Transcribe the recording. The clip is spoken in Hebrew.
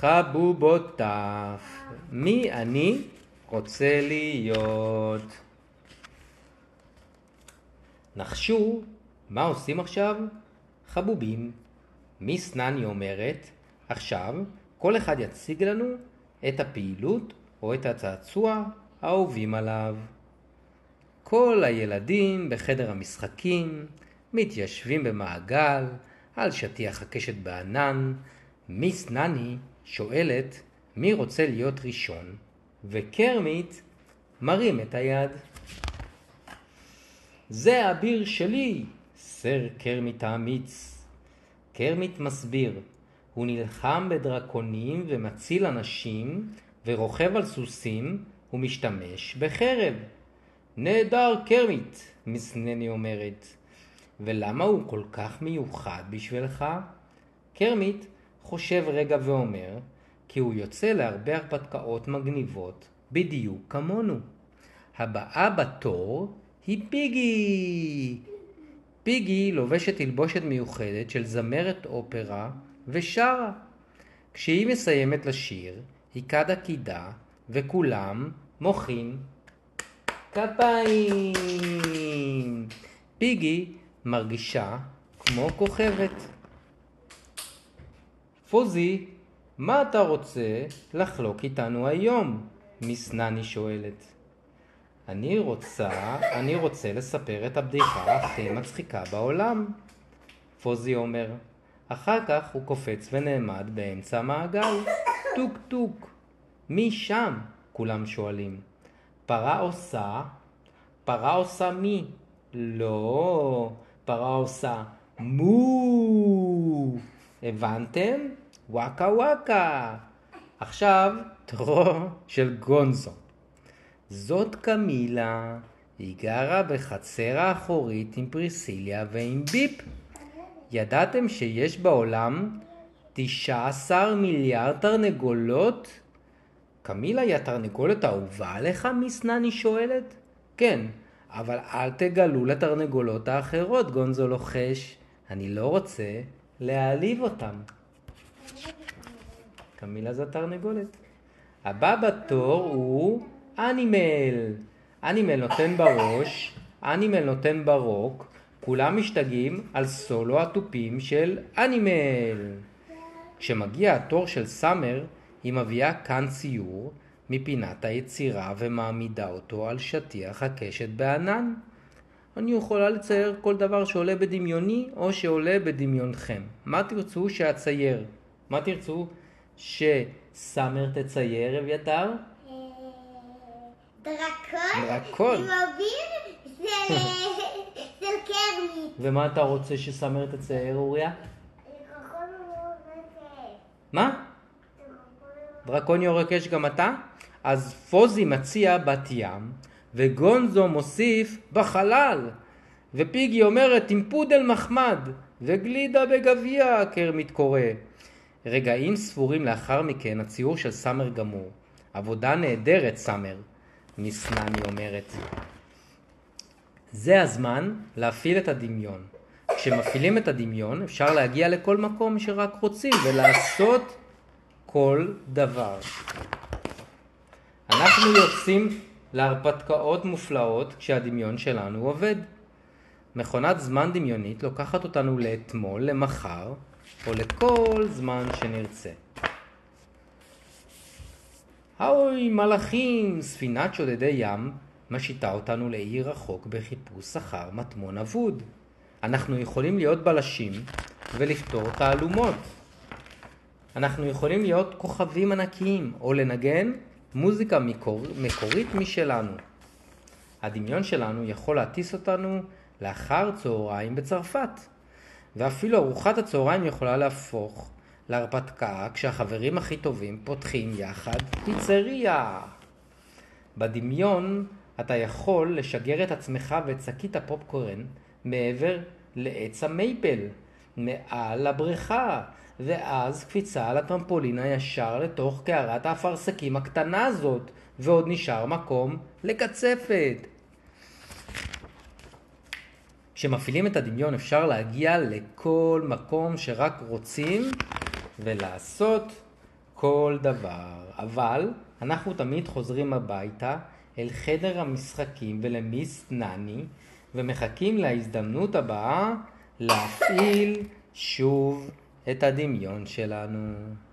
חבובותיו. מי אני רוצה להיות? נחשו, מה עושים עכשיו? חבובים. מיס נני אומרת, עכשיו כל אחד יציג לנו את הפעילות או את הצעצוע האהובים עליו. כל הילדים בחדר המשחקים מתיישבים במעגל על שטיח הקשת בענן. מיס נני שואלת מי רוצה להיות ראשון, וקרמיט מרים את היד. זה האביר שלי, סר קרמיט האמיץ. קרמיט מסביר, הוא נלחם בדרקונים ומציל אנשים ורוכב על סוסים ומשתמש בחרב. נהדר קרמיט, מיס נני אומרת. ולמה הוא כל כך מיוחד בשבילך? קרמיט חושב רגע ואומר, כי הוא יוצא להרבה הרפתקאות מגניבות, בדיוק כמונו. הבאה בתור היא פיגי. פיגי לובשת תלבושת מיוחדת של זמרת אופרה ושרה. כשהיא מסיימת לשיר, היא קדה קידה וכולם מוחאים כפיים. פיגי מרגישה כמו כוכבת. פוזי, מה אתה רוצה לחלוק איתנו היום? מיס נני שואלת. אני רוצה לספר את הבדיחה הכי מצחיקה בעולם. פוזי אומר. אחר כך הוא קופץ ונעמד באמצע המעגל. טוק טוק. מי שם? כולם שואלים. פרה עושה מי? לא, פרה עושה מו. הבנתם? וואקה וואקה. עכשיו תורו של גונזו. זאת קמילה, היא גרה בחצר האחורית עם פריסיליה ועם ביפ. ידעתם שיש בעולם 19 מיליארד תרנגולות? קמילה היא התרנגולת האהובה עליך? מיס נני שואלת. כן, אבל אל תגלו לתרנגולות האחרות, גונזו לוחש. אני לא רוצה להעליב אותם. קמילה זה תרנגולת. הבא בתור הוא אנימל. אנימל נותן בראש, אנימל נותן ברוק, כולם משתגעים על סולו הטופים של אנימל. כשמגיע התור של סאמר, היא מביאה כאן ציור מפינת היצירה ומעמידה אותו על שטיח הקשת בענן. אני יכולה לצייר כל דבר שעולה בדמיוני או שעולה בדמיונכם. מה תרצו שאצייר? מה תרצו שסאמר תצייר, אביתר? דרקון. עם אוויר של קרמיט. ומה אתה רוצה שסאמר תצייר, אוריה? דרקון יורק. מה? דרקון יורק אש גם אתה? אז פוזי מציע בת ים, וגונזו מוסיף בחלל, ופיגי אומרת עם פודל מחמד, וגלידה בגביע, קרמיט קורא. רגעים ספורים לאחר מכן הציור של סאמר גמור. עבודה נהדרת, סאמר, מיס נני אומרת. זה הזמן להפעיל את הדמיון. כשמפעילים את הדמיון אפשר להגיע לכל מקום שרק רוצים ולעשות כל דבר. אנחנו יוצאים להרפתקאות מופלאות כשהדמיון שלנו עובד. מכונת זמן דמיונית לוקחת אותנו לאתמול, למחר, או לכל זמן שנרצה. אוי, מלאכים, ספינת שודדי ים משיטה אותנו לעיר רחוק בחיפוש אחר מטמון אבוד. אנחנו יכולים להיות בלשים ולפתור תעלומות. אנחנו יכולים להיות כוכבים ענקיים או לנגן מוזיקה מקורית משלנו. הדמיון שלנו יכול להטיס אותנו לאחר צהריים בצרפת. ואפילו ארוחת הצהריים יכולה להפוך להרפתקה כשהחברים הכי טובים פותחים יחד פיצריה. בדמיון אתה יכול לשגר את עצמך ואת שקית הפופקורן מעבר לעץ המייפל, מעל לבריכה, ואז קפיצה על הטרמפולין הישר לתוך קערת האפרסקים הקטנה הזאת, ועוד נשאר מקום לקצפת. כשמפעילים את הדמיון אפשר להגיע לכל מקום שרק רוצים ולעשות כל דבר. אבל אנחנו תמיד חוזרים הביתה אל חדר המשחקים ולמיס נני, ומחכים להזדמנות הבאה להפעיל שוב את הדמיון שלנו.